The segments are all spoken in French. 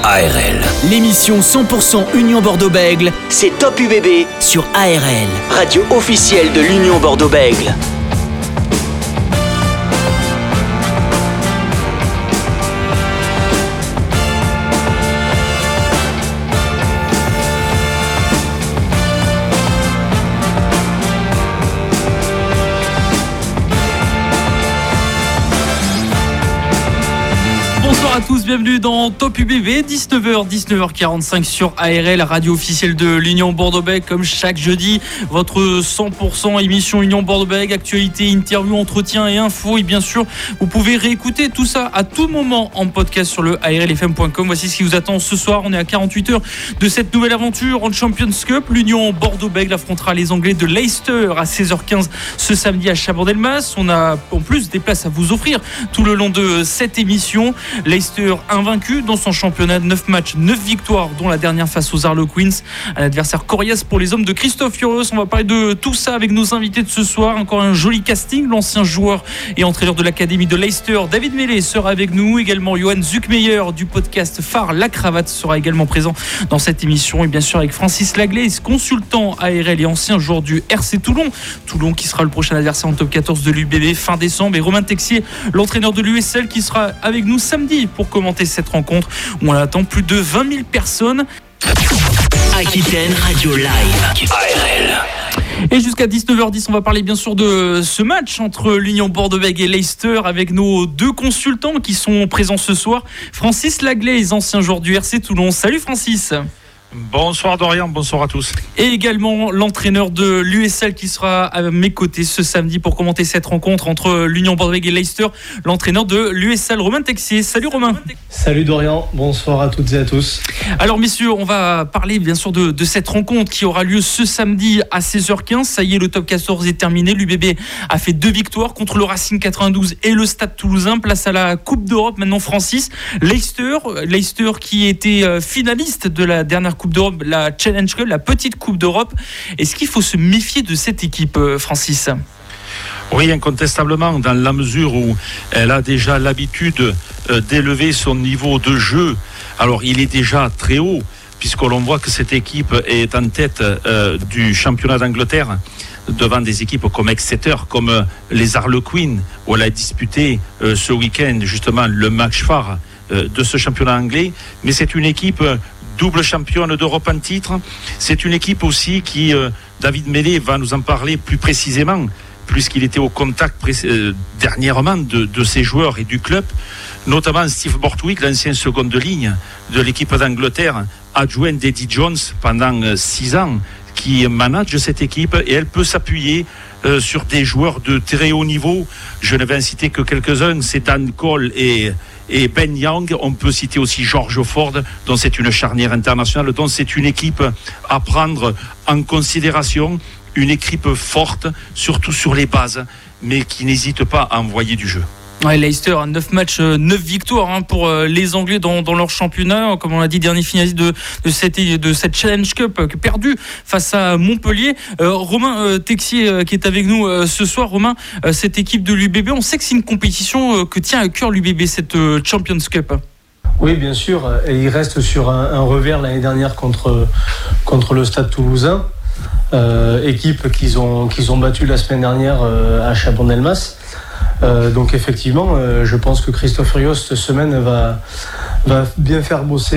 ARL. L'émission 100% Union Bordeaux-Bègles, c'est Top UBB sur ARL, radio officielle de l'Union Bordeaux-Bègles. Bonsoir à tous, bienvenue dans Top UBB, 19h45 sur ARL, radio officielle de l'Union Bordeaux-Bègles. Comme chaque jeudi, votre 100% émission Union Bordeaux-Bègles, actualité, interview, entretien et info. Et bien sûr, vous pouvez réécouter tout ça à tout moment en podcast sur le arlfm.com. Voici ce qui vous attend ce soir. On est à 48 heures de cette nouvelle aventure en Champions Cup. L'Union Bordeaux-Bègles affrontera les Anglais de Leicester à 16h15 ce samedi à Chabandelmas. On a en plus des places à vous offrir tout le long de cette émission. Leicester invaincu dans son championnat, 9 matchs, 9 victoires, dont la dernière face aux Harlequins. Un adversaire coriace pour les hommes de Christophe Furios. On va parler de tout ça avec nos invités de ce soir. Encore un joli casting. L'ancien joueur et entraîneur de l'académie de Leicester, David Mellet, sera avec nous. Également Johan Zuckmeyer du podcast Phare La Cravate sera également présent dans cette émission. Et bien sûr avec Francis Laglaise, consultant ARL et ancien joueur du RC Toulon. Toulon qui sera le prochain adversaire en top 14 de l'UBB fin décembre. Et Romain Texier, l'entraîneur de l'USL, qui sera avec nous samedi pour commenter cette rencontre où on attend plus de 20 000 personnes. Aquitaine Radio Live, ARL. Et jusqu'à 19h10, on va parler bien sûr de ce match entre l'Union Bordeaux-Bègles et Leicester avec nos deux consultants qui sont présents ce soir. Francis Laglaise, ancien joueur du RC Toulon. Salut Francis. Bonsoir Dorian, bonsoir à tous. Et également l'entraîneur de l'USL qui sera à mes côtés ce samedi pour commenter cette rencontre entre l'Union Bordeaux-Bègles et Leicester, l'entraîneur de l'USL, Romain Texier. Salut Romain. Salut Dorian, bonsoir à toutes et à tous. Alors messieurs, on va parler bien sûr de cette rencontre qui aura lieu ce samedi à 16h15. Ça y est, le top 14 est terminé. L'UBB a fait 2 victoires contre le Racing 92 et le Stade Toulousain. Place à la Coupe d'Europe maintenant Francis. Leicester qui était finaliste de la dernière Coupe d'Europe, la Challenge Cup, la petite Coupe d'Europe. Est-ce qu'il faut se méfier de cette équipe, Francis ? Oui, incontestablement, dans la mesure où elle a déjà l'habitude d'élever son niveau de jeu. Alors, il est déjà très haut, puisque l'on voit que cette équipe est en tête du championnat d'Angleterre, devant des équipes comme Exeter, comme les Harlequins, où elle a disputé ce week-end, justement, le match phare de ce championnat anglais. Mais c'est une équipe double championne d'Europe en titre. C'est une équipe aussi qui, David Mellet va nous en parler plus précisément, puisqu'il était au contact dernièrement de ses joueurs et du club, notamment Steve Borthwick, l'ancien seconde ligne de l'équipe d'Angleterre, adjoint d'Eddie Jones pendant 6 ans, qui manage cette équipe, et elle peut s'appuyer sur des joueurs de très haut niveau. Je ne vais en citer que quelques-uns, c'est Dan Cole et Ben Young. On peut citer aussi George Ford, dont c'est une charnière internationale, dont c'est une équipe à prendre en considération, une équipe forte, surtout sur les bases, mais qui n'hésite pas à envoyer du jeu. Ouais, Leicester, 9 matchs, 9 victoires pour les Anglais dans leur championnat. Comme on l'a dit, dernier finaliste de cette Challenge Cup perdue face à Montpellier. Romain Texier qui est avec nous ce soir. Romain, cette équipe de l'UBB, on sait que c'est une compétition que tient à cœur l'UBB, cette Champions Cup. Oui, bien sûr. Et il reste sur un revers l'année dernière contre le Stade Toulousain. Équipe qu'ils ont battu la semaine dernière à Chabandelmas. Donc effectivement, je pense que Christophe Furios cette semaine va bien faire bosser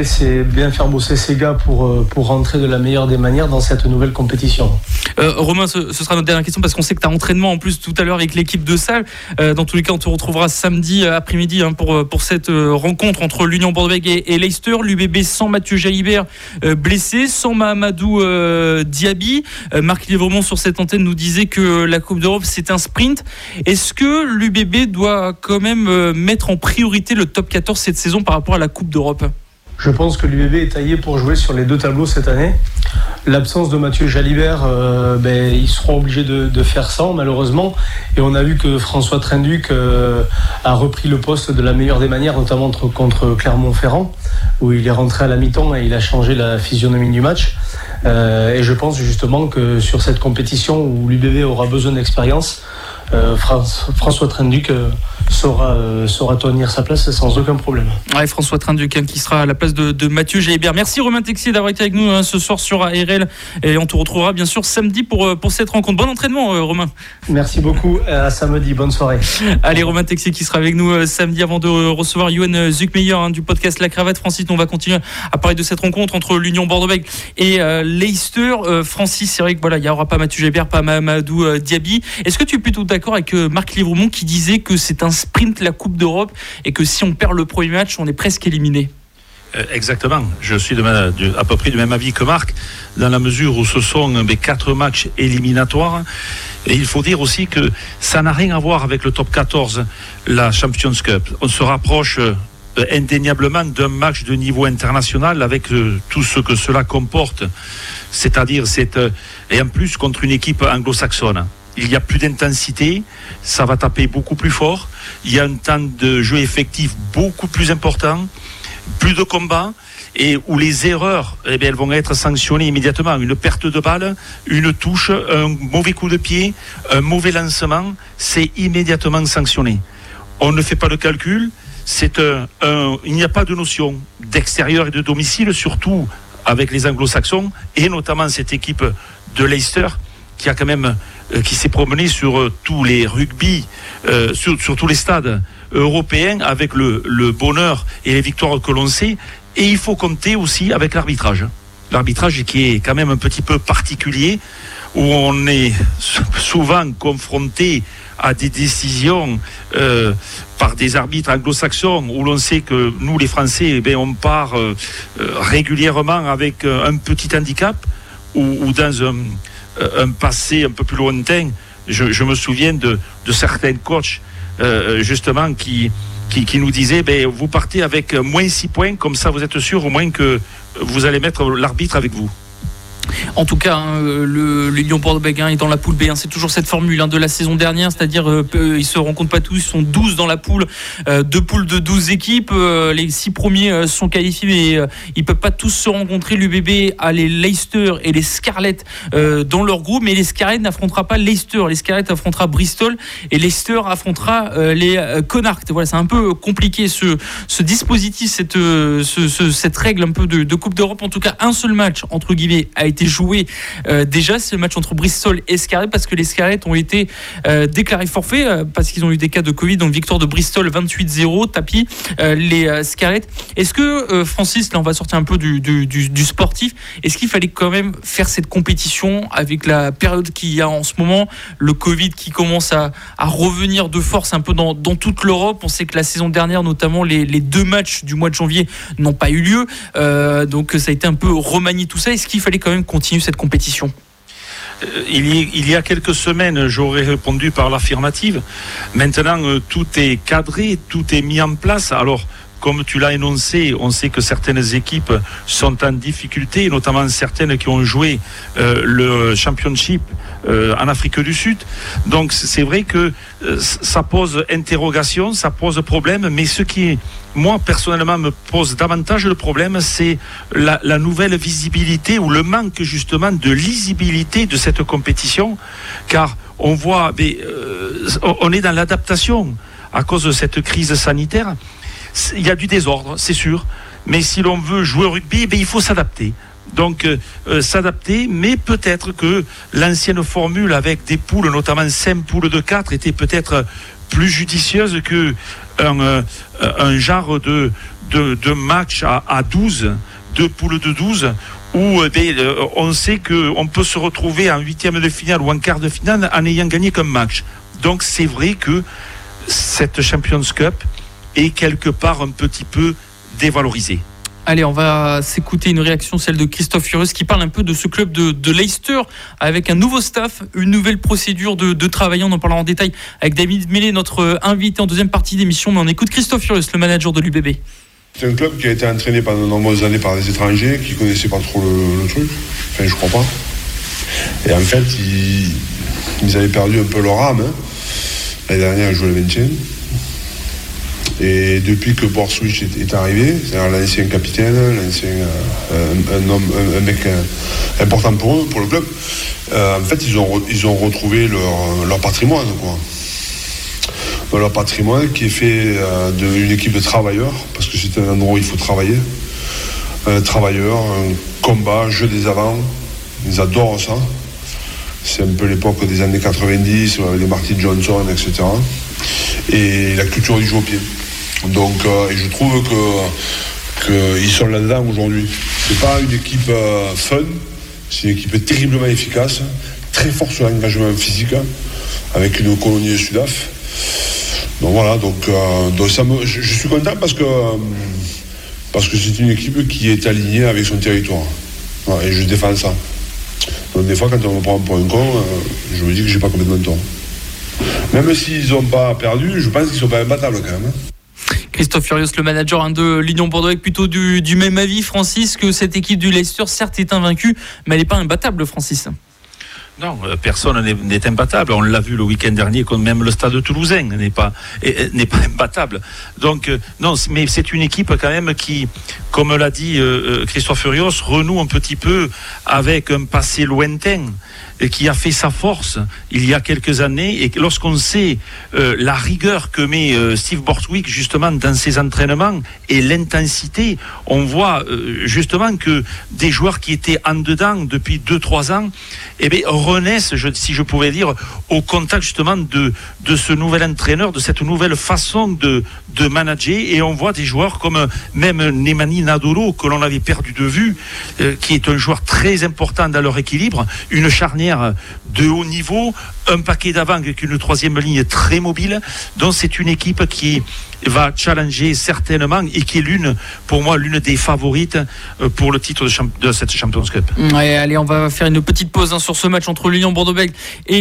ses gars pour rentrer de la meilleure des manières dans cette nouvelle compétition. Romain, ce sera notre dernière question parce qu'on sait que tu as entraînement en plus tout à l'heure avec l'équipe de salle. Dans tous les cas, on te retrouvera samedi après-midi pour cette rencontre entre l'Union Bordeaux-Bègles et Leicester. L'UBB sans Mathieu Jalibert blessé, sans Mahamadou Diaby. Marc Livremont sur cette antenne nous disait que la Coupe d'Europe c'est un sprint. Est-ce que l'UBB doit quand même mettre en priorité le top 14 cette saison par rapport à la Coupe d'Europe ? Je pense que l'UBB est taillé pour jouer sur les 2 tableaux cette année. L'absence de Mathieu Jalibert, ils seront obligés de faire sans malheureusement. Et on a vu que François Trinduc a repris le poste de la meilleure des manières, notamment contre Clermont-Ferrand, où il est rentré à la mi-temps et il a changé la physionomie du match. Et je pense justement que sur cette compétition où l'UBB aura besoin d'expérience, François Trinduc saura tenir sa place sans aucun problème. Ouais, François Trinduc qui sera à la place de Mathieu Jalibert. Merci Romain Texier d'avoir été avec nous ce soir sur ARL et on te retrouvera bien sûr samedi pour cette rencontre. Bon entraînement Romain. Merci beaucoup, à samedi, bonne soirée. Allez, Romain Texier qui sera avec nous samedi avant de recevoir Johan Zuckmeyer du podcast La Cravate. Francis, on va continuer à parler de cette rencontre entre l'Union Bordeaux-Bègles et Leicester. Francis, c'est vrai que voilà, il n'y aura pas Mathieu Jalibert, pas Mamadou Diaby. Est-ce que tu es plutôt d'accord avec Marc Livremont qui disait que c'est un sprint la Coupe d'Europe et que si on perd le premier match, on est presque éliminé? Exactement, je suis à peu près du même avis que Marc, dans la mesure où ce sont 4 matchs éliminatoires. Et il faut dire aussi que ça n'a rien à voir avec le top 14, la Champions Cup. On se rapproche indéniablement d'un match de niveau international avec tout ce que cela comporte. C'est-à-dire, et en plus contre une équipe anglo-saxonne. Il y a plus d'intensité, ça va taper beaucoup plus fort, il y a un temps de jeu effectif beaucoup plus important, plus de combats, et où les erreurs, elles vont être sanctionnées immédiatement. Une perte de balle, une touche, un mauvais coup de pied, un mauvais lancement, c'est immédiatement sanctionné. On ne fait pas de calcul, il n'y a pas de notion d'extérieur et de domicile, surtout avec les anglo-saxons, et notamment cette équipe de Leicester, qui a quand même qui s'est promené sur tous les rugby, sur tous les stades européens avec le bonheur et les victoires que l'on sait. Et il faut compter aussi avec l'arbitrage. L'arbitrage qui est quand même un petit peu particulier, où on est souvent confronté à des décisions par des arbitres anglo-saxons, où l'on sait que nous les Français, on part régulièrement avec un petit handicap, ou dans un passé un peu plus lointain. Je me souviens de certains coachs justement qui nous disaient vous partez avec moins 6 points, comme ça vous êtes sûr au moins que vous allez mettre l'arbitre avec vous. En tout cas, l'Union Bordeaux-Bègles est dans la poule B. C'est toujours cette formule de la saison dernière, c'est-à-dire ils se rencontrent pas tous, ils sont 12 dans la poule, 2 poules de 12 équipes. Les 6 premiers sont qualifiés, mais ils peuvent pas tous se rencontrer. L'UBB a les Leicester et les Scarlets dans leur groupe, mais les Scarlets n'affrontera pas Leicester. Les Scarlets affrontera Bristol et Leicester affrontera les Connacht. Voilà, c'est un peu compliqué ce dispositif, cette règle un peu de Coupe d'Europe. En tout cas, un seul match entre guillemets a été joué déjà, c'est le match entre Bristol et Scarlett, parce que les Scarlett ont été déclarés forfaits parce qu'ils ont eu des cas de Covid. Donc victoire de Bristol 28-0, tapis les Scarlett. Est-ce que Francis, là on va sortir un peu du sportif, est-ce qu'il fallait quand même faire cette compétition avec la période qu'il y a en ce moment, le Covid qui commence à revenir de force un peu dans toute l'Europe? On sait que la saison dernière, notamment les 2 matchs du mois de janvier n'ont pas eu lieu, donc ça a été un peu remanié tout ça. Est-ce qu'il fallait quand même continuer cette compétition? Il y a quelques semaines, j'aurais répondu par l'affirmative. Maintenant, tout est cadré, tout est mis en place. Alors, comme tu l'as énoncé, on sait que certaines équipes sont en difficulté, notamment certaines qui ont joué le Championship en Afrique du Sud. Donc c'est vrai que ça pose interrogation, ça pose problème, mais ce qui, moi personnellement, me pose davantage le problème, c'est la nouvelle visibilité ou le manque justement de lisibilité de cette compétition, car on voit, on est dans l'adaptation à cause de cette crise sanitaire. Il y a du désordre, c'est sûr, mais si l'on veut jouer au rugby, il faut s'adapter. Donc s'adapter, mais peut-être que l'ancienne formule avec des poules, notamment 5 poules de 4, était peut-être plus judicieuse que un genre de match à 12, 2 poules de 12, où on sait qu'on peut se retrouver en 8e de finale ou en quart de finale en ayant gagné qu'un match. Donc c'est vrai que cette Champions Cup est quelque part un petit peu dévalorisée. Allez, on va s'écouter une réaction, celle de Christophe Furieux, qui parle un peu de ce club de Leicester, avec un nouveau staff, une nouvelle procédure de travail. On en parlera en détail avec David Mellet, notre invité en deuxième partie d'émission. Mais on écoute Christophe Furieux, le manager de l'UBB. C'est un club qui a été entraîné pendant de nombreuses années par des étrangers qui ne connaissaient pas trop le truc. Enfin, je crois pas. Et en fait, ils avaient perdu un peu leur âme. L'année dernière, ils jouaient le 20e. Et depuis que Borswich est arrivé, c'est-à-dire l'ancien capitaine, un mec important pour eux, pour le club, en fait ils ont retrouvé leur patrimoine, quoi. dans leur patrimoine, qui est fait d'une équipe de travailleurs, parce que c'est un endroit où il faut travailler. Travailleurs, un combat, jeu des avants, ils adorent ça. C'est un peu l'époque des années 90, avec les Martin Johnson, etc. Et la culture du jeu au pied. Donc, et je trouve qu'ils sont là-dedans aujourd'hui. C'est pas une équipe fun, c'est une équipe terriblement efficace, très forte sur l'engagement physique, avec une colonie de Sudaf. Donc voilà, je suis content parce que c'est une équipe qui est alignée avec son territoire. Voilà, et je défends ça. Donc des fois, quand on me prend pour un con, je me dis que j'ai pas complètement tort. Même s'ils n'ont pas perdu, je pense qu'ils sont pas imbattables quand même. Christophe Furios, le manager de l'Union Bordeaux, avec plutôt du même avis, Francis, que cette équipe du Leicester, certes, est invaincue, mais elle n'est pas imbattable, Francis. Non, personne n'est imbattable. On l'a vu le week-end dernier, comme même le Stade Toulousain n'est pas imbattable. Donc non, mais c'est une équipe quand même qui, comme l'a dit Christophe Furios, renoue un petit peu avec un passé lointain et qui a fait sa force il y a quelques années. Et lorsqu'on sait la rigueur que met Steve Borthwick justement dans ses entraînements et l'intensité, on voit justement que des joueurs qui étaient en dedans depuis 2-3 ans, eh bien, renaissent, si je pouvais dire, au contact justement de ce nouvel entraîneur, de cette nouvelle façon de manager. Et on voit des joueurs comme même Nemani Nadolo, que l'on avait perdu de vue, qui est un joueur très important dans leur équilibre, une charnière de haut niveau, un paquet d'avant avec une troisième ligne très mobile. Donc c'est une équipe qui va challenger certainement et qui est pour moi l'une des favorites pour le titre de cette Champions Cup. Ouais, allez, on va faire une petite pause sur ce match entre l'Union Bordeaux-Bègles et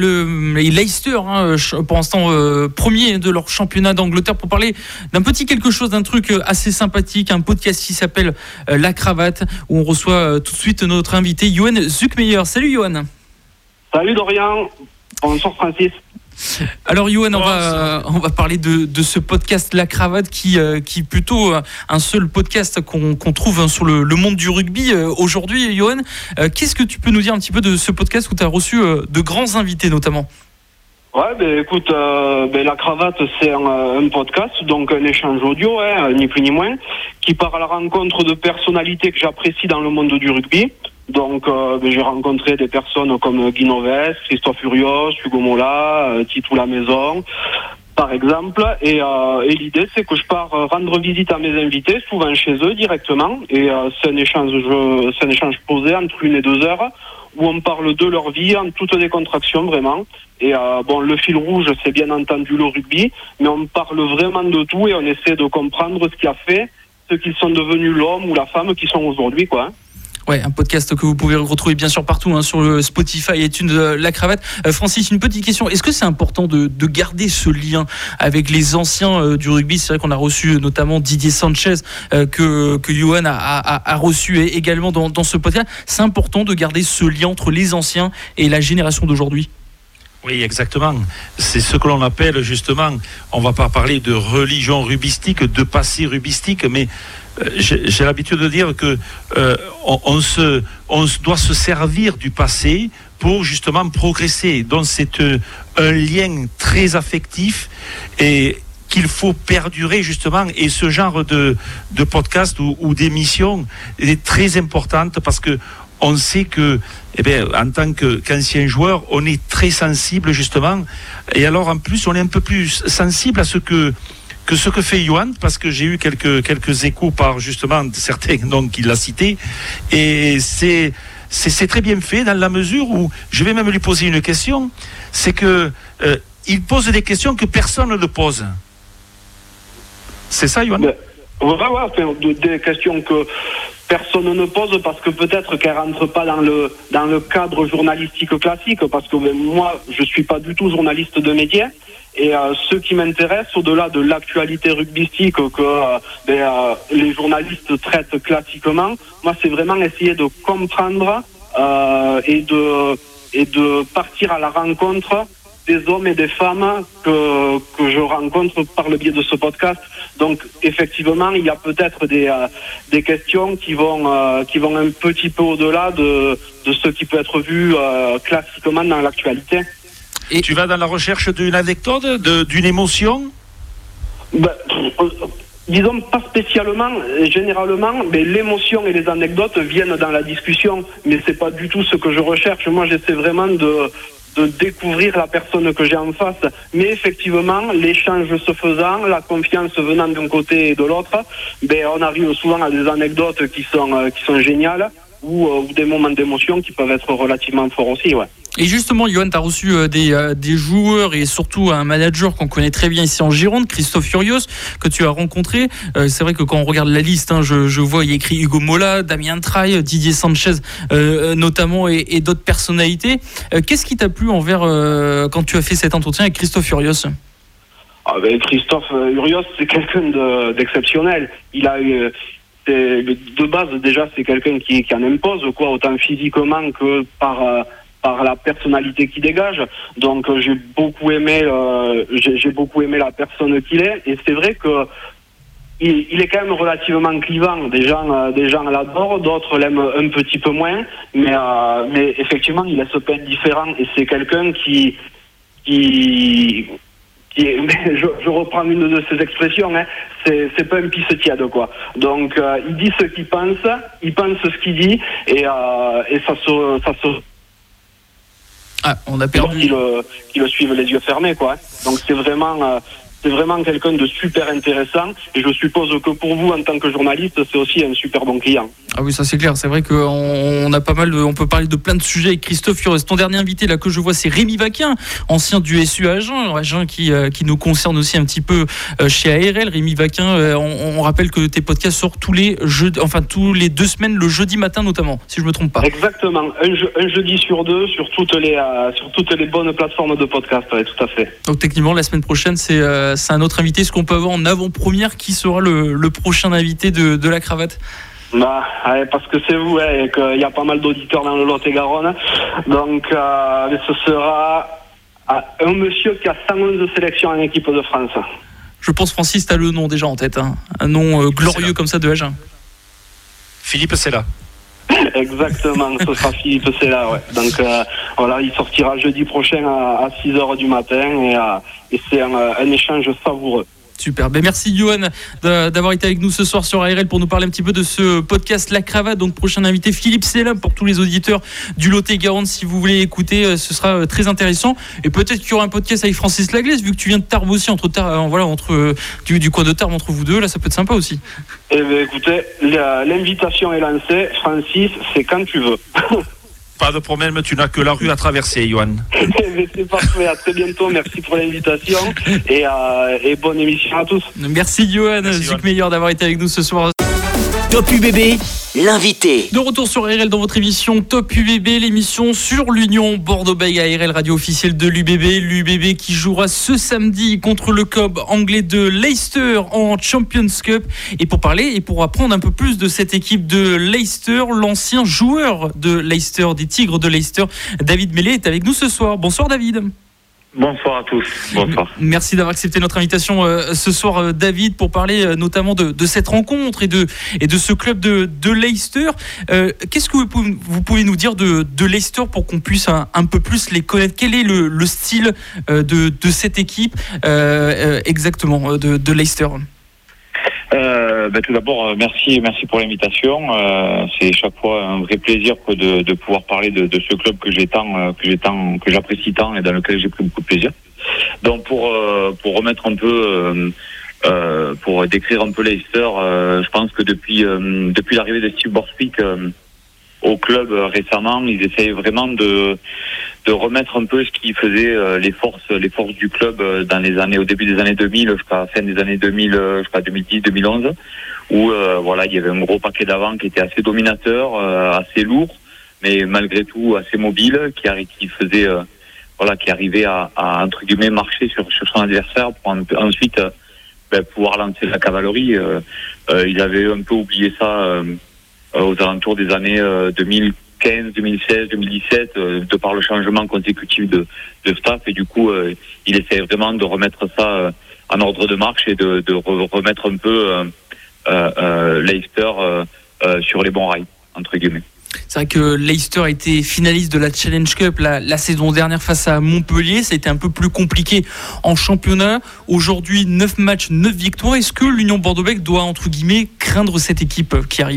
Leicester, pour l'instant premier de leur championnat d'Angleterre, pour parler d'un petit quelque chose, d'un truc assez sympathique, un podcast qui s'appelle La Cravate, où on reçoit tout de suite notre invité Johan Zuckmeyer. Salut Johan. Salut Dorian, bonsoir Francis. Alors Johan, on va parler de ce podcast La Cravate qui est plutôt un seul podcast qu'on trouve sur le monde du rugby aujourd'hui. Johan, qu'est-ce que tu peux nous dire un petit peu de ce podcast où tu as reçu de grands invités notamment? Ouais, écoute, La Cravate, c'est un podcast, donc un échange audio, ni plus ni moins, qui part à la rencontre de personnalités que j'apprécie dans le monde du rugby. Donc, j'ai rencontré des personnes comme Guy Noves, Christophe Furios, Hugo Mola, Titou La Maison, par exemple. Et l'idée, c'est que je pars rendre visite à mes invités, souvent chez eux directement. Et c'est un échange posé entre 1 et 2 heures, où on parle de leur vie en toute décontraction, vraiment. Et le fil rouge, c'est bien entendu le rugby, mais on parle vraiment de tout et on essaie de comprendre ce qui a fait ce qu'ils sont devenus, l'homme ou la femme qui sont aujourd'hui, quoi. Ouais, un podcast que vous pouvez retrouver bien sûr partout sur le Spotify et iTunes de La Cravate. Francis, une petite question. Est-ce que c'est important de garder ce lien avec les anciens du rugby? C'est vrai qu'on a reçu notamment Didier Sanchez que Johan a reçu également dans ce podcast. C'est important de garder ce lien entre les anciens et la génération d'aujourd'hui? Oui, exactement. C'est ce que l'on appelle justement, on ne va pas parler de religion rugbyistique, de passé rugbyistique, mais j'ai l'habitude de dire que on doit se servir du passé pour justement progresser. Donc c'est un lien très affectif et qu'il faut perdurer justement, et ce genre de podcast ou d'émission est très importante parce que on sait que, en tant qu'ancien joueur, on est très sensible justement, et alors en plus on est un peu plus sensible à ce que fait Johan, parce que j'ai eu quelques échos par justement certains noms qu'il a cités, et c'est très bien fait dans la mesure où je vais même lui poser une question, c'est que il pose des questions que personne ne pose. C'est ça, Johan? Des questions que personne ne pose parce que peut-être qu'elles ne rentrent pas dans le cadre journalistique classique, parce que moi je suis pas du tout journaliste de médias. Et ce qui m'intéresse, au-delà de l'actualité rugbystique que les journalistes traitent classiquement, moi c'est vraiment essayer de comprendre et de partir à la rencontre des hommes et des femmes que je rencontre par le biais de ce podcast. Donc effectivement, il y a peut-être des questions qui vont un petit peu au-delà de ce qui peut être vu classiquement dans l'actualité. Tu vas dans la recherche d'une anecdote, d'une émotion? Disons pas spécialement, généralement, mais l'émotion et les anecdotes viennent dans la discussion, mais c'est pas du tout ce que je recherche. Moi, j'essaie vraiment de découvrir la personne que j'ai en face. Mais effectivement, l'échange se faisant, la confiance venant d'un côté et de l'autre, on arrive souvent à des anecdotes qui sont géniales ou des moments d'émotion qui peuvent être relativement forts aussi, ouais. Et justement, Johan, tu as reçu des joueurs et surtout un manager qu'on connaît très bien ici en Gironde, Christophe Furios, que tu as rencontré. C'est vrai que quand on regarde la liste, je vois il y a écrit Hugo Mola, Damien Traille, Didier Sanchez notamment et d'autres personnalités. Qu'est-ce qui t'a plu quand tu as fait cet entretien avec Christophe Furios? Christophe Furios, c'est quelqu'un d'exceptionnel. Il a eu... de base, déjà, c'est quelqu'un qui en impose, quoi, autant physiquement que par la personnalité qu'il dégage. Donc j'ai beaucoup aimé la personne qu'il est, et c'est vrai que il est quand même relativement clivant. Des gens l'adorent, d'autres l'aiment un petit peu moins, mais effectivement il a ce point différent, et c'est quelqu'un qui je reprends une de ses expressions, c'est pas un pisse tiède, quoi. Donc il dit ce qu'il pense, il pense ce qu'il dit, et ça se on a perdu. Qui le suivent les yeux fermés, quoi. Donc c'est vraiment quelqu'un de super intéressant, et je suppose que pour vous, en tant que journaliste, c'est aussi un super bon client. Ah oui, ça c'est clair. C'est vrai qu'on a pas mal on peut parler de plein de sujets avec Christophe Furios. Ton dernier invité là que je vois, c'est Rémi Vaquin, ancien du SU Agen qui nous concerne aussi un petit peu chez ARL. Rémi Vaquin, on rappelle que tes podcasts sortent tous les 2 semaines, le jeudi matin notamment, si je me trompe pas. Exactement, un jeudi sur 2 sur toutes les bonnes plateformes de podcast, ouais, tout à fait. Donc techniquement la semaine prochaine c'est un autre invité. Est-ce qu'on peut avoir en avant-première qui sera le prochain invité de la cravate? Parce que c'est vous, et qu'il y a pas mal d'auditeurs dans le Lot-et-Garonne. Donc ce sera un monsieur qui a 111 sélections en équipe de France. Je pense, Francis, tu as le nom déjà en tête, hein. Un nom glorieux comme ça de Agen. Philippe Sella. Exactement, ce sera Philippe Sella, ouais. Donc il sortira jeudi prochain à 6h du matin, et c'est un échange savoureux. Super, merci Johan d'avoir été avec nous ce soir sur ARL pour nous parler un petit peu de ce podcast La Cravate. Donc prochain invité Philippe Sella pour tous les auditeurs du Lot-et-Garonne, si vous voulez écouter, ce sera très intéressant. Et peut-être qu'il y aura un podcast avec Francis Laglaise, vu que tu viens de Tarbes aussi, du coin de Tarbes entre vous deux, là ça peut être sympa aussi. Eh bien écoutez, l'invitation est lancée, Francis, c'est quand tu veux. Pas de problème, tu n'as que la rue à traverser, Johan. C'est parfait, à très bientôt, merci pour l'invitation, et bonne émission à tous. Merci Johan, Zuc Meilleur d'avoir été avec nous ce soir. Top UBB, l'invité. De retour sur ARL dans votre émission Top UBB, l'émission sur l'Union Bordeaux-Bègles, ARL, radio officielle de l'UBB. L'UBB qui jouera ce samedi contre le club anglais de Leicester en Champions Cup. Et pour parler et pour apprendre un peu plus de cette équipe de Leicester, l'ancien joueur de Leicester, des Tigres de Leicester, David Mellet est avec nous ce soir. Bonsoir David. Bonsoir à tous. Bonsoir. Merci d'avoir accepté notre invitation ce soir, David, pour parler notamment de cette rencontre et de ce club de Leicester. Qu'est-ce que vous pouvez nous dire de Leicester pour qu'on puisse un peu plus les connaître? Quel est le style de cette équipe exactement de Leicester? Tout d'abord, merci pour l'invitation. C'est chaque fois un vrai plaisir de pouvoir parler de ce club que j'apprécie tant et dans lequel j'ai pris beaucoup de plaisir. Donc pour remettre un peu, pour décrire un peu Leicester, je pense que depuis l'arrivée de Steve Borthwick au club récemment, ils essayent vraiment de remettre un peu ce qui faisait les forces du club au début des années 2000 jusqu'à la fin des années 2000, jusqu'à 2010-2011, où il y avait un gros paquet d'avant qui était assez dominateur, assez lourd, mais malgré tout assez mobile, qui arrivait à entre guillemets marcher sur son adversaire pour ensuite pouvoir lancer la cavalerie. Ils avaient un peu oublié ça aux alentours des années 2015, 2016, 2017, de par le changement consécutif de staff, et du coup il essaie vraiment de remettre ça en ordre de marche et de remettre un peu Leicester sur les bons rails, entre guillemets. C'est vrai que Leicester a été finaliste de la Challenge Cup la saison dernière face à Montpellier. Ça a été un peu plus compliqué en championnat. Aujourd'hui, 9 matchs, 9 victoires. Est-ce que l'Union Bordeaux-Bègles doit, entre guillemets, craindre cette équipe qui arrive ?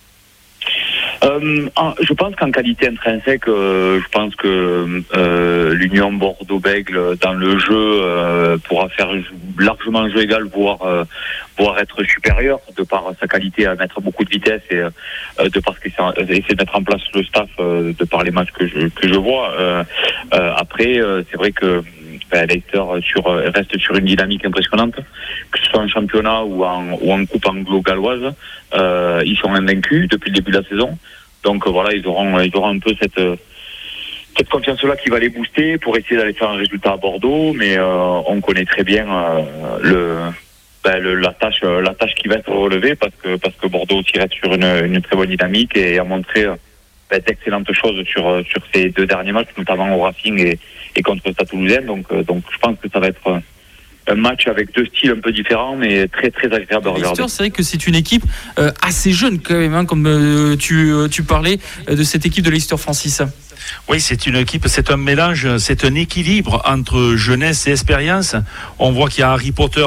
Je pense qu'en qualité intrinsèque, je pense que l'Union Bordeaux-Bègles dans le jeu pourra faire largement jeu égal, voire être supérieur de par sa qualité à mettre beaucoup de vitesse et de par ce qu'il essaie de mettre en place le staff de par les matchs que je vois. Après, c'est vrai que Leicester reste sur une dynamique impressionnante, que ce soit en championnat ou en coupe anglo-galloise. Ils sont invaincus depuis le début de la saison. Donc voilà, ils auront un peu cette confiance-là qui va les booster pour essayer d'aller faire un résultat à Bordeaux. Mais on connaît très bien la tâche qui va être relevée parce que Bordeaux aussi reste sur une très bonne dynamique et a montré d'excellentes choses sur ces 2 derniers matchs, notamment au Racing et contre le Stade Toulousain. Donc je pense que ça va être un match avec 2 styles un peu différents, mais très très agréable à regarder. C'est vrai que c'est une équipe assez jeune quand même, comme tu parlais de cette équipe de Leicester, Francis. Oui, c'est une équipe, c'est un mélange, c'est un équilibre entre jeunesse et expérience. On voit qu'il y a Harry Potter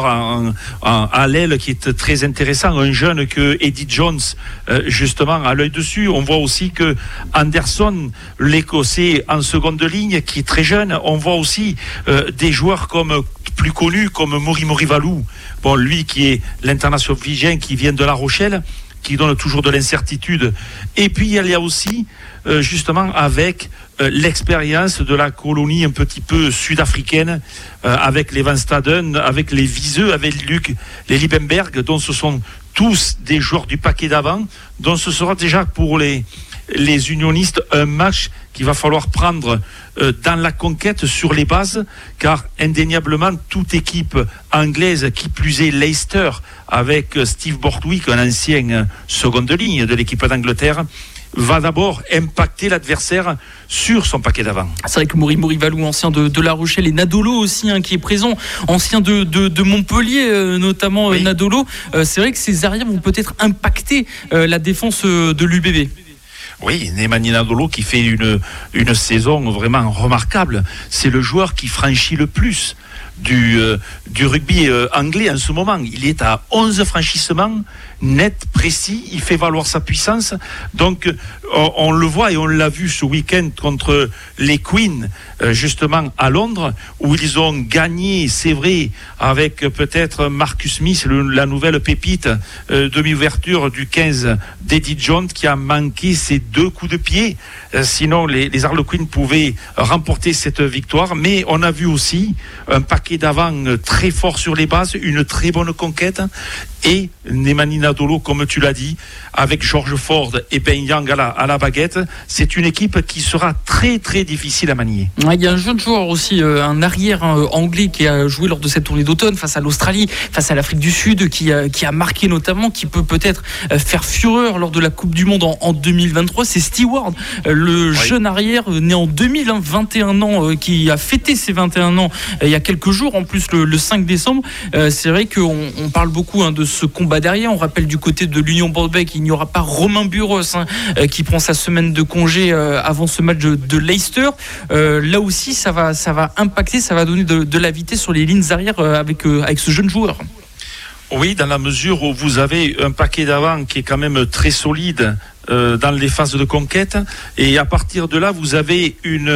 à l'aile qui est très intéressant, un jeune que Eddie Jones justement a l'œil dessus. On voit aussi que Anderson, l'Écossais en seconde ligne, qui est très jeune. On voit aussi des joueurs plus connus comme Mori Valou. Bon, lui qui est l'international fidjien qui vient de La Rochelle, qui donne toujours de l'incertitude. Et puis il y a aussi justement avec l'expérience de la colonie un petit peu sud-africaine, avec les Van Staden, avec les Viseux, avec les Liebenberg, dont ce sont tous des joueurs du paquet d'avant, dont ce sera déjà pour les unionistes un match qu'il va falloir prendre dans la conquête sur les bases, car indéniablement toute équipe anglaise, qui plus est Leicester, avec Steve Borthwick, un ancien seconde ligne de l'équipe d'Angleterre, va d'abord impacter l'adversaire sur son paquet d'avant. C'est vrai que Mori Valou, ancien de La Rochelle, et Nadolo aussi, qui est présent, ancien de Montpellier, notamment oui. Nadolo. C'est vrai que ces arrières vont peut-être impacter la défense de l'UBB. Oui, Nemanja Nadolo qui fait une saison vraiment remarquable. C'est le joueur qui franchit le plus du rugby anglais en ce moment. Il est à 11 franchissements net, précis, il fait valoir sa puissance. Donc on le voit et on l'a vu ce week-end contre les Queens, justement à Londres, où ils ont gagné, c'est vrai, avec peut-être Marcus Smith, la nouvelle pépite, demi-ouverture du 15 d'Eddie Jones, qui a manqué ses 2 coups de pied. Sinon les Harlequins pouvaient remporter cette victoire. Mais on a vu aussi un paquet d'avant très fort sur les bases, une très bonne conquête. Et Nemanja Nadolo, comme tu l'as dit, avec George Ford et Ben Young à la baguette, c'est une équipe qui sera très très difficile à manier. Il y a un jeune joueur aussi, un arrière anglais qui a joué lors de cette tournée d'automne face à l'Australie, face à l'Afrique du Sud, qui a marqué notamment, qui peut-être faire fureur lors de la Coupe du Monde en 2023. C'est Stewart, le jeune arrière né en 2000, 21 ans, qui a fêté ses 21 ans il y a quelques jours, en plus le 5 décembre. C'est vrai qu'on parle beaucoup de ce combat derrière. On rappelle du côté de l'Union Bordeaux-Bègles qu'il n'y aura pas Romain Buros qui prend sa semaine de congé avant ce match de Leicester. Là aussi ça va impacter, ça va donner de la vitesse sur les lignes arrière avec ce jeune joueur. Oui, dans la mesure où vous avez un paquet d'avant qui est quand même très solide dans les phases de conquête, et à partir de là vous avez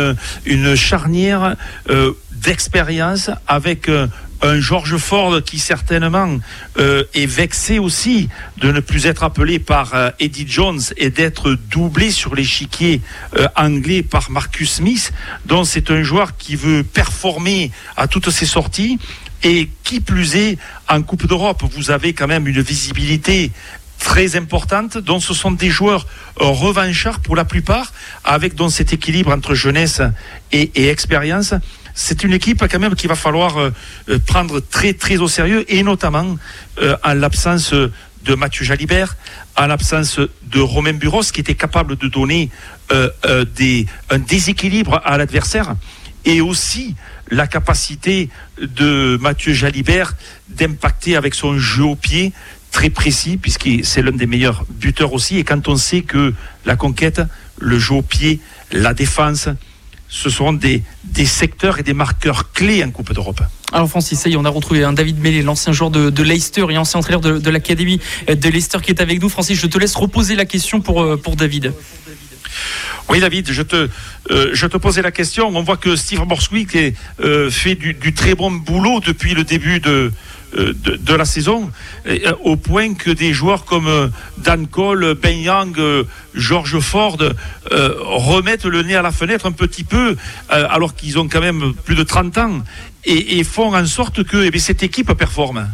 une charnière d'expérience avec un George Ford qui certainement est vexé aussi de ne plus être appelé par Eddie Jones et d'être doublé sur l'échiquier anglais par Marcus Smith. Donc c'est un joueur qui veut performer à toutes ses sorties, et qui plus est en Coupe d'Europe vous avez quand même une visibilité très importante, dont ce sont des joueurs revanchards pour la plupart, avec donc cet équilibre entre jeunesse et expérience. C'est une équipe quand même qu'il va falloir prendre très très au sérieux, et notamment en l'absence de Mathieu Jalibert, en l'absence de Romain Buros, qui était capable de donner un déséquilibre à l'adversaire, et aussi la capacité de Mathieu Jalibert d'impacter avec son jeu au pied très précis, puisque c'est l'un des meilleurs buteurs aussi. Et quand on sait que la conquête, le jeu au pied, la défense, ce sont des secteurs et des marqueurs clés en Coupe d'Europe. Alors Francis, ça y est, on a retrouvé un David Mellé, l'ancien joueur de Leicester et ancien entraîneur de l'académie de Leicester qui est avec nous. Francis, je te laisse reposer la question pour David. Oui David, je te posais la question. On voit que Steve Borswick fait du très bon boulot depuis le début de la saison, au point que des joueurs comme Dan Cole, Ben Young, George Ford remettent le nez à la fenêtre un petit peu, alors qu'ils ont quand même plus de 30 ans, et font en sorte que cette équipe performe.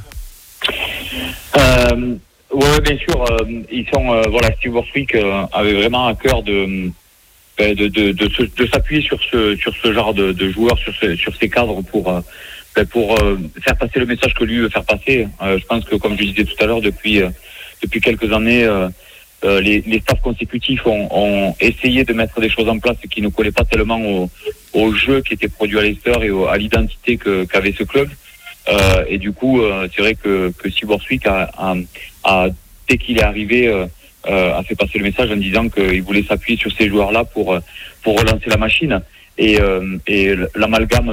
Oui, bien sûr. Ils sont, Steve Borswick avait vraiment à cœur de s'appuyer sur ce genre de joueurs, sur ces cadres pour faire passer le message que lui veut faire passer. Je pense que, comme je disais tout à l'heure, depuis quelques années, les staffs consécutifs ont essayé de mettre des choses en place qui ne collaient pas tellement au jeu qui était produit à Leicester et à l'identité qu'avait ce club. Et du coup, c'est vrai que Steve Borswick a dès qu'il est arrivé, a fait passer le message en disant qu'il voulait s'appuyer sur ces joueurs-là pour relancer la machine. Et l'amalgame,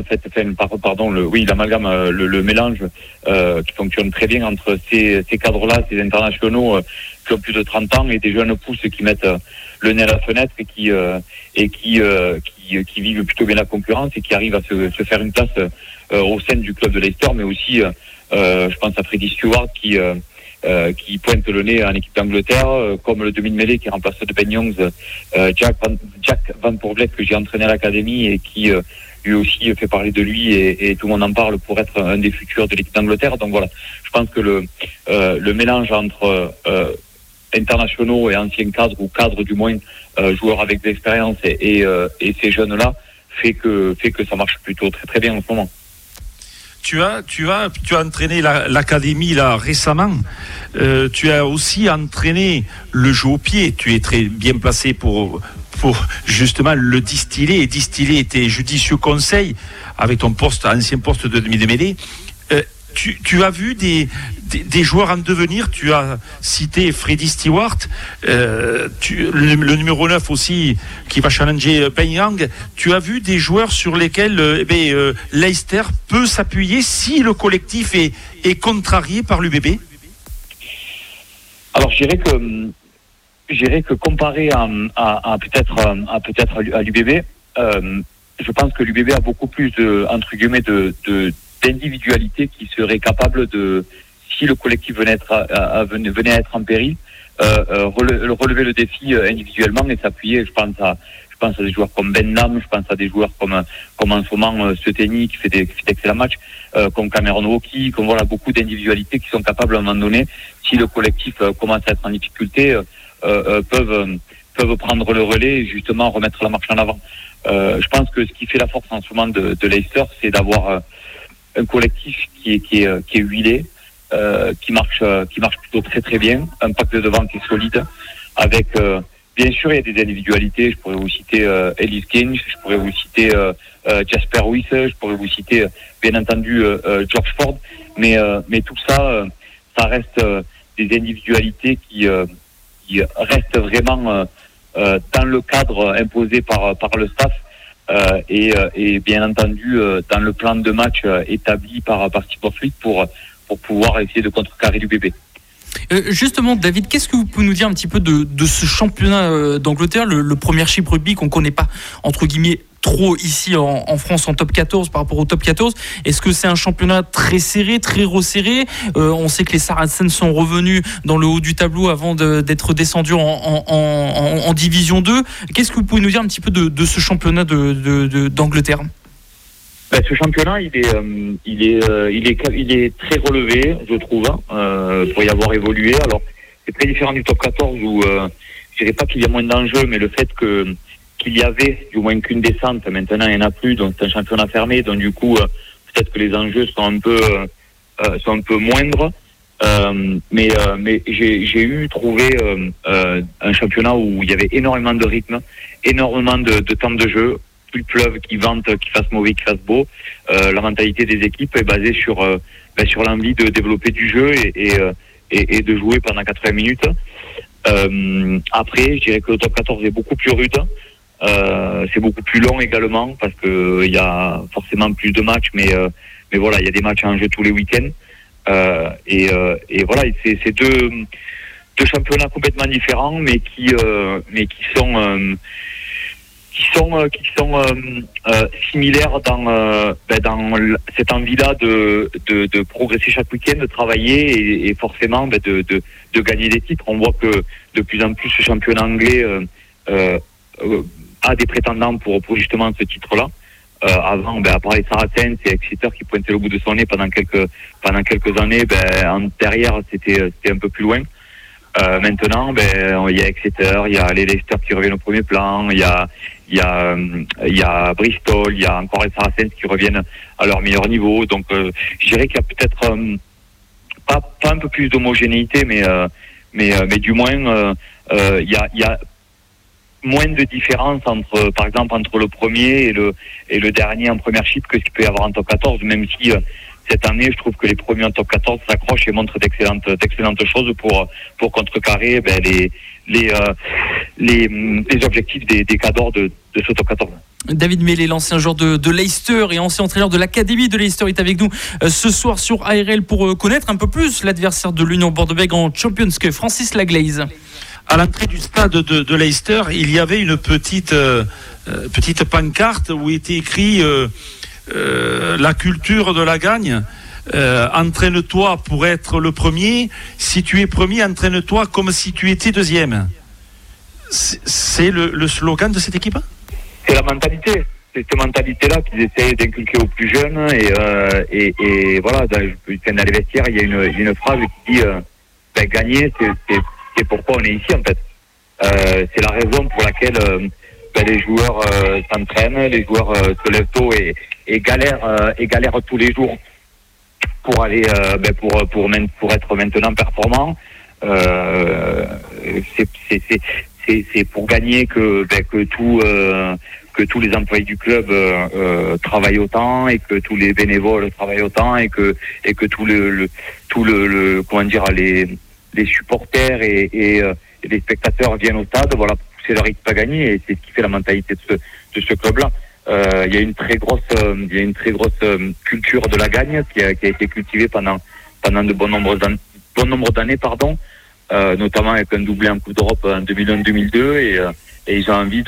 le mélange qui fonctionne très bien entre ces cadres-là, ces internationaux qui ont plus de 30 ans et des jeunes pousses qui mettent le nez à la fenêtre et qui vivent plutôt bien la concurrence et qui arrivent à se faire une place au sein du club de Leicester, mais aussi je pense à Freddie Stewart qui pointe le nez en équipe d'Angleterre, comme le demi-mêlée qui remplace de Ben Youngs, Jack Van Poorvliet que j'ai entraîné à l'académie et qui lui aussi fait parler de lui et tout le monde en parle pour être un des futurs de l'équipe d'Angleterre. Donc voilà, je pense que le mélange entre internationaux et anciens cadres, ou cadres du moins, joueurs avec de l'expérience et ces jeunes-là fait que ça marche plutôt très très bien en ce moment. Tu as entraîné l'académie là récemment. Tu as aussi entraîné le jeu au pied. Tu es très bien placé pour justement le distiller et distiller tes judicieux conseils avec ton ancien poste de demi-mêlée. Tu as vu des joueurs en devenir. Tu as cité Freddie Stewart, le numéro 9 aussi, qui va challenger Ben Young. Tu as vu des joueurs sur lesquels Leicester peut s'appuyer si le collectif est contrarié par l'UBB? Alors je dirais que comparé à peut-être à l'UBB, je pense que l'UBB a beaucoup plus d'individualité qui serait capable de, si le collectif venait à être en péril, relever le défi individuellement et s'appuyer. Je pense à des joueurs comme Ben Nam, je pense à des joueurs comme en ce moment Seteni qui fait d'excellents matchs, comme Cameron Woki, comme beaucoup d'individualités qui sont capables à un moment donné, si le collectif commence à être en difficulté, peuvent prendre le relais et justement remettre la marche en avant. Je pense que ce qui fait la force en ce moment de Leicester, c'est d'avoir un collectif qui est huilé, qui marche plutôt très très bien, un pack de devant qui est solide, avec bien sûr il y a des individualités. Je pourrais vous citer Ellis King, je pourrais vous citer Jasper Wyss, je pourrais vous citer bien entendu George Ford, mais tout ça, ça reste des individualités qui restent vraiment dans le cadre imposé par le staff. Et bien entendu dans le plan de match établi par Steve Borswick pour pouvoir essayer de contrecarrer l'UBB. Justement, David, qu'est-ce que vous pouvez nous dire un petit peu de ce championnat d'Angleterre, le Premiership Rugby qu'on ne connaît pas, entre guillemets, trop ici en France en top 14 par rapport au top 14. Est-ce que c'est un championnat très serré, très resserré? On sait que les Saracens sont revenus dans le haut du tableau avant d'être descendus en Division 2. Qu'est-ce que vous pouvez nous dire un petit peu de ce championnat d'Angleterre? Ce championnat, il est très relevé, je trouve, pour y avoir évolué. Alors, c'est très différent du top 14 où je dirais pas qu'il y a moins d'enjeux, mais le fait qu'il y avait du moins qu'une descente, maintenant il n'y en a plus, donc c'est un championnat fermé, donc du coup peut-être que les enjeux sont un peu moindres, mais j'ai trouvé un championnat où il y avait énormément de rythme, énormément de temps de jeu. Qu'il pleuve, qu'il vente, qu'il fasse mauvais, qu'il fasse beau, la mentalité des équipes est basée sur l'envie de développer du jeu et et de jouer pendant 80 minutes. Après, je dirais que le top 14 est beaucoup plus rude. C'est beaucoup plus long également parce que il y a forcément plus de matchs, mais voilà, il y a des matchs en jeu tous les week-ends. Et voilà, c'est deux championnats complètement différents, mais qui sont similaires dans cette envie-là de progresser chaque week-end, de travailler et forcément de gagner des titres. On voit que de plus en plus ce championnat anglais a des prétendants pour justement ce titre-là. Avant, à part les Saracens et Exeter qui pointaient le bout de son nez pendant quelques années, derrière c'était un peu plus loin. Maintenant, il y a Exeter, il y a les Leicester qui reviennent au premier plan, il y a Bristol, il y a encore les Saracens qui reviennent à leur meilleur niveau. Donc, je dirais qu'il y a peut-être pas un peu plus d'homogénéité, mais du moins, il y a moins de différence par exemple entre le premier et le dernier en première chip que ce qu'il peut y avoir en top 14, même si cette année, je trouve que les premiers en top 14 s'accrochent et montrent d'excellentes choses pour contrecarrer les objectifs des cadors de ce top 14. David Mellet, l'ancien joueur de Leicester et ancien entraîneur de l'académie de Leicester, est avec nous ce soir sur ARL pour connaître un peu plus l'adversaire de l'Union Bordeaux-Bègles en Champions Cup, Francis Laglaise. À l'entrée du stade de Leicester, il y avait une petite pancarte où était écrit la culture de la gagne. Entraîne-toi pour être le premier. Si tu es premier, entraîne-toi comme si tu étais deuxième. C'est le slogan de cette équipe ? C'est la mentalité. C'est cette mentalité-là qu'ils essayent d'inculquer aux plus jeunes. Et voilà, dans les vestiaires, il y a une phrase qui dit gagner, c'est pourquoi on est ici en fait. C'est la raison pour laquelle les joueurs s'entraînent, les joueurs se lèvent tôt et galèrent tous les jours pour aller pour être maintenant performants. C'est pour gagner que tous les employés du club travaillent autant et que tous les bénévoles travaillent autant et que tout le comment dire, les supporters et les spectateurs viennent au stade, voilà, pour pousser leur équipe à gagner, et c'est ce qui fait la mentalité de ce club-là. Il y a une très grosse culture de la gagne qui a été cultivée pendant de bon nombre d'années, notamment avec un doublé en Coupe d'Europe en 2001-2002, et ils ont envie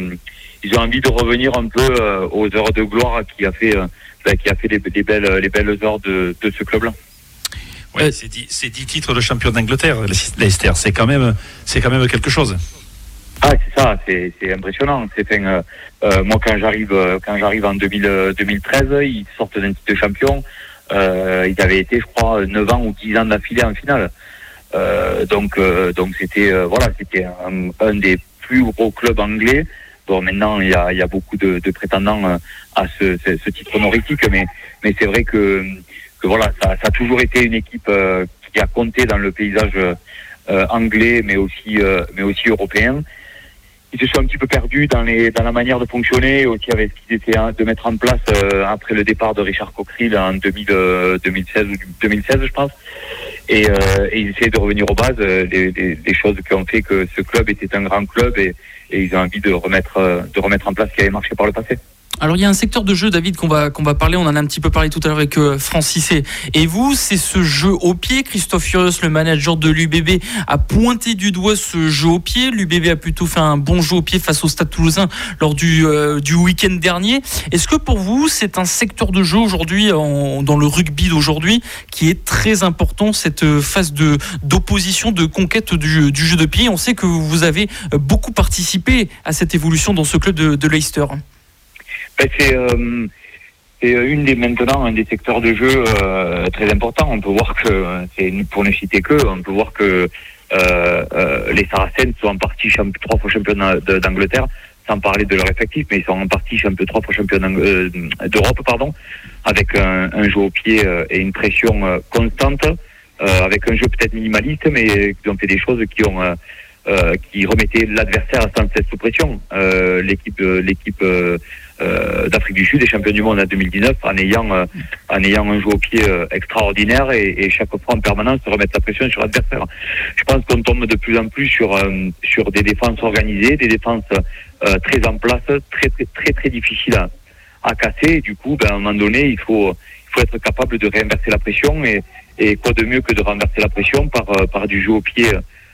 de revenir un peu aux heures de gloire qui a fait les belles heures de ce club-là. Ouais, c'est 10 titres de champion d'Angleterre, Leicester, c'est quand même quelque chose. Ah, c'est ça, c'est impressionnant. Moi, quand j'arrive en 2013, ils sortent d'un titre de champion. Ils avaient été, je crois, 9 ans ou 10 ans d'affilée en finale. Donc c'était un des plus gros clubs anglais. Bon, maintenant il y a beaucoup de prétendants à ce titre honorifique, mais c'est vrai que voilà, ça a toujours été une équipe qui a compté dans le paysage anglais, mais aussi européen. Ils se sont un petit peu perdus dans la manière de fonctionner, aussi avec ce qu'ils essaient de mettre en place après le départ de Richard Cockerill en 2016 ou 2016, je pense. Et ils essaient de revenir aux bases, des choses qui ont fait que ce club était un grand club, et ils ont envie de remettre en place ce qui avait marché par le passé. Alors il y a un secteur de jeu, David, qu'on va parler, on en a un petit peu parlé tout à l'heure avec Francis et vous, c'est ce jeu au pied. Christophe Furios, le manager de l'UBB, a pointé du doigt ce jeu au pied. L'UBB a plutôt fait un bon jeu au pied face au Stade Toulousain lors du week-end dernier. Est-ce que pour vous, c'est un secteur de jeu aujourd'hui, dans le rugby d'aujourd'hui, qui est très important, cette phase d'opposition, de conquête du jeu de pied? On sait que vous avez beaucoup participé à cette évolution dans ce club de Leicester. C'est maintenant un des secteurs de jeu très importants. On peut voir que, pour ne citer on peut voir que les Saracens sont en partie 3 fois champions d'Angleterre, sans parler de leur effectif, mais ils sont en partie 3 fois champions d'Europe, avec un jeu au pied et une pression constante, avec un jeu peut-être minimaliste, mais ils ont fait des choses qui ont qui remettait l'adversaire sans cesse sous pression. L'équipe d'Afrique du Sud est champion du monde en 2019 en ayant un jeu au pied extraordinaire et chaque fois en permanence remettre la pression sur l'adversaire. Je pense qu'on tombe de plus en plus sur des défenses organisées, des défenses très en place, très difficiles à casser. Et du coup, à un moment donné, il faut être capable de réinverser la pression et quoi de mieux que de renverser la pression par du jeu au pied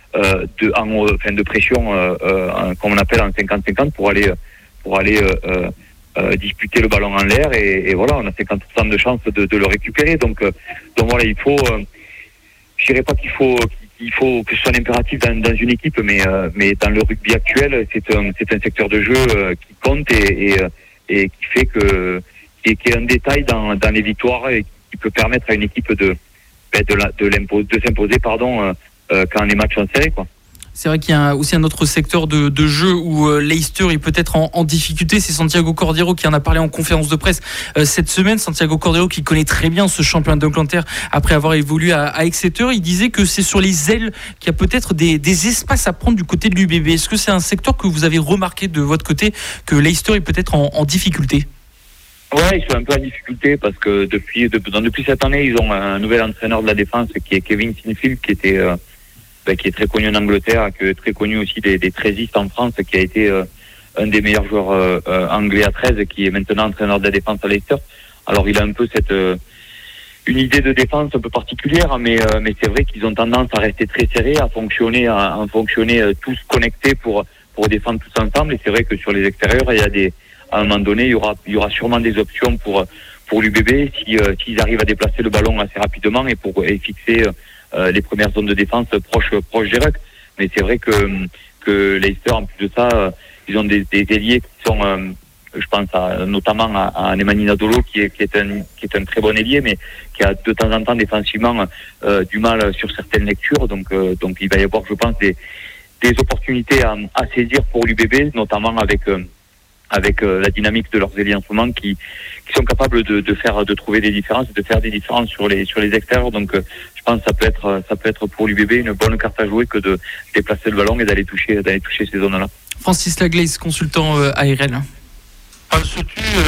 de pression comme on appelle en 50-50 pour aller disputer le ballon en l'air et voilà, on a 50% de chance de le récupérer. Donc voilà, il faut je dirais pas qu'il faut que ce soit un impératif dans une équipe, mais dans le rugby actuel, c'est un secteur de jeu qui compte et qui fait qui est un détail dans les victoires et qui peut permettre à une équipe de s'imposer quand les matchs sont serrés, quoi. C'est vrai qu'il y a aussi un autre secteur de jeu où Leicester est peut-être en difficulté. C'est Santiago Cordero qui en a parlé en conférence de presse cette semaine. Santiago Cordero qui connaît très bien ce champion d'Angleterre après avoir évolué à Exeter. Il disait que c'est sur les ailes qu'il y a peut-être des espaces à prendre du côté de l'UBB. Est-ce que c'est un secteur que vous avez remarqué de votre côté, que Leicester est peut-être en difficulté ? Ouais, ils sont un peu en difficulté parce que depuis cette année, ils ont un nouvel entraîneur de la défense qui est Kevin Sinfield, qui est très connu en Angleterre, qui est très connu aussi des 13istes en France, qui a été un des meilleurs joueurs anglais à 13, qui est maintenant entraîneur de la défense à Leicester. Alors il a un peu une idée de défense un peu particulière, mais c'est vrai qu'ils ont tendance à rester très serrés, à fonctionner tous connectés pour défendre tous ensemble. Et c'est vrai que sur les extérieurs, à un moment donné, il y aura sûrement des options pour l'UBB s'ils arrivent à déplacer le ballon assez rapidement et fixer les premières zones de défense proches des rucks. Mais c'est vrai que Leicester, en plus de ça, ils ont des ailiers qui sont, je pense notamment à Nemanja Nadolo qui est un très bon ailier, mais qui a de temps en temps défensivement du mal sur certaines lectures. Donc il va y avoir, je pense, des opportunités à saisir pour l'UBB, notamment avec la dynamique de leurs ailiers en ce moment qui sont capables de trouver des différences, de faire des différences sur les extérieurs. Donc je pense que ça peut être pour l'UBB une bonne carte à jouer que de déplacer le ballon et d'aller toucher ces zones-là. Francis Laglaise, consultant ARL. Penses-tu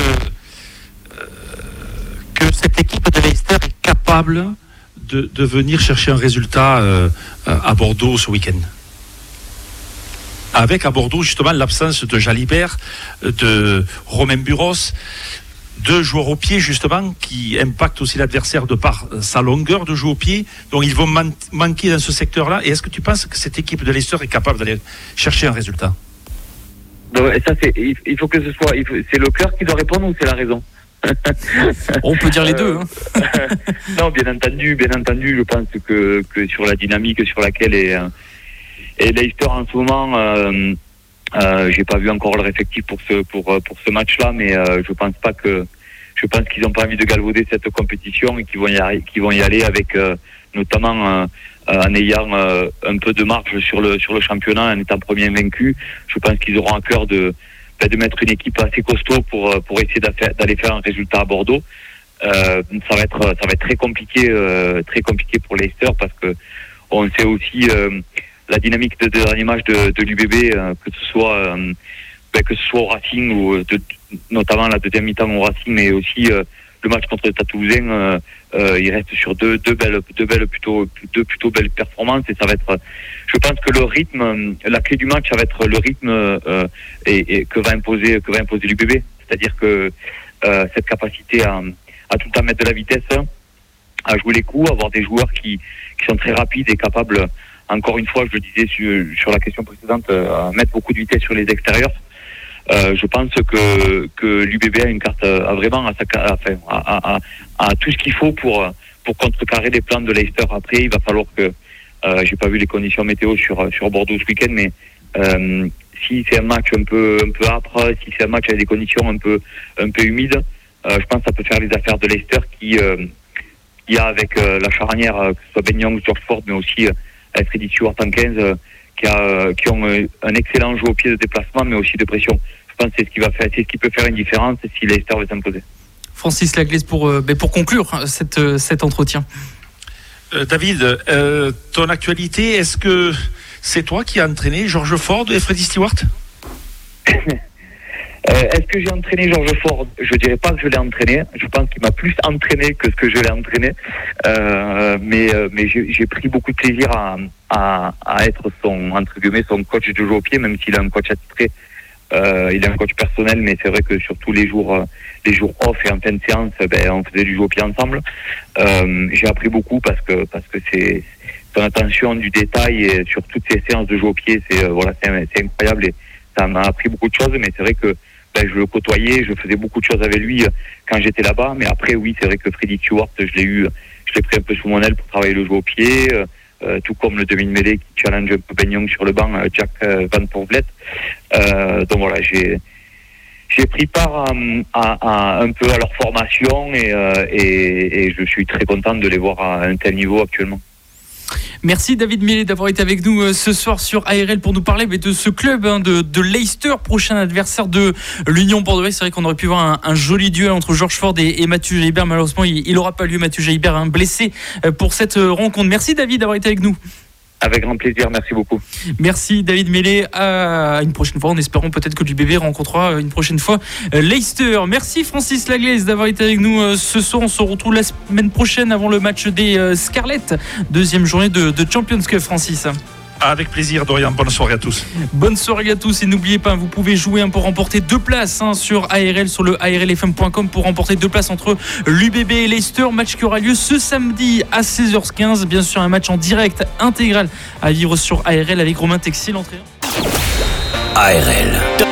que cette équipe de Leicester est capable de venir chercher un résultat à Bordeaux ce week-end ? Avec à Bordeaux justement l'absence de Jalibert, de Romain Buros, deux joueurs au pied justement qui impactent aussi l'adversaire de par sa longueur de jeu au pied. Donc ils vont manquer dans ce secteur-là. Et est-ce que tu penses que cette équipe de Leicester est capable d'aller chercher un résultat ? Donc, ça il faut que ce soit. C'est le cœur qui doit répondre ou c'est la raison ? On peut dire les deux. Non, bien entendu. Je pense que sur la dynamique sur laquelle et Leicester en ce moment, j'ai pas vu encore leur effectif pour ce match-là, mais je pense qu'ils n'ont pas envie de galvauder cette compétition et qu'ils vont y aller avec notamment en ayant un peu de marge sur le championnat, en étant premier vaincu. Je pense qu'ils auront à cœur de mettre une équipe assez costaud pour essayer d'aller faire un résultat à Bordeaux. Ça va être très compliqué pour Leicester parce que on sait aussi la dynamique de dernier match de l'UBB, que ce soit au Racing ou notamment la deuxième mi-temps au Racing, mais aussi le match contre le Stade Toulousain, il reste sur deux plutôt belles performances et ça va être, je pense que le rythme, la clé du match, ça va être le rythme et que va imposer l'UBB, c'est-à-dire que cette capacité à tout le temps mettre de la vitesse, à jouer les coups, avoir des joueurs qui sont très rapides et capables. Encore une fois, je le disais sur la question précédente, à mettre beaucoup de vitesse sur les extérieurs. Je pense que l'UBB a une carte, a vraiment à tout ce qu'il faut pour contrecarrer les plans de Leicester. Après, il va falloir que j'ai pas vu les conditions météo sur Bordeaux ce week-end, mais si c'est un match un peu âpre, si c'est un match avec des conditions un peu humides, je pense que ça peut faire les affaires de Leicester qui a avec la charnière, que ce soit Ben Youngs, George Ford, mais aussi Freddie Stewart en 15, qui ont un excellent jeu au pied de déplacement, mais aussi de pression. Je pense que c'est ce qui peut faire une différence si Leicester veut s'imposer. Francis Laglaise pour conclure cet entretien. David, ton actualité, est-ce que c'est toi qui as entraîné George Ford et Freddie Stewart? Est-ce que j'ai entraîné George Ford? Je dirais pas que je l'ai entraîné. Je pense qu'il m'a plus entraîné que ce que je l'ai entraîné. Mais j'ai pris beaucoup de plaisir à être entre guillemets, son coach de jeu au pied, même s'il a un coach attitré. Il est un coach personnel, mais c'est vrai que sur tous les jours off et en fin de séance, on faisait du jeu au pied ensemble. J'ai appris beaucoup parce que c'est son attention du détail et sur toutes ces séances de jeu au pied, c'est incroyable et ça m'a appris beaucoup de choses. Mais c'est vrai que je le côtoyais, je faisais beaucoup de choses avec lui quand j'étais là-bas. Mais après, oui, c'est vrai que Freddie Stewart, je l'ai pris un peu sous mon aile pour travailler le jeu au pied. Tout comme le demi-mêlée qui challenge un peu Ben Young sur le banc, Jack Van Poorvlet. Donc voilà, j'ai pris part à un peu à leur formation et je suis très content de les voir à un tel niveau actuellement. Merci David Mêlé d'avoir été avec nous ce soir sur ARL pour nous parler de ce club de Leicester, prochain adversaire de l'Union Bordeaux. C'est vrai qu'on aurait pu voir un joli duel entre George Ford et Mathieu Jalibert. Malheureusement, il n'aura pas lieu. Mathieu Jalibert blessé pour cette rencontre. Merci David d'avoir été avec nous. Avec grand plaisir, merci beaucoup. Merci David Mêlé, à une prochaine fois, en espérant peut-être que l'UBB rencontrera une prochaine fois Leicester. Merci Francis Laglaise d'avoir été avec nous ce soir. On se retrouve la semaine prochaine avant le match des Scarlets, deuxième journée de Champions Cup. Francis, avec plaisir Dorian, bonne soirée à tous. Bonne soirée à tous et n'oubliez pas, vous pouvez jouer pour remporter 2 places sur ARL, sur le arlfm.com pour remporter 2 places entre l'UBB et Leicester, match qui aura lieu ce samedi à 16h15. Bien sûr, un match en direct intégral à vivre sur ARL avec Romain Texier, l'entraîneur. ARL.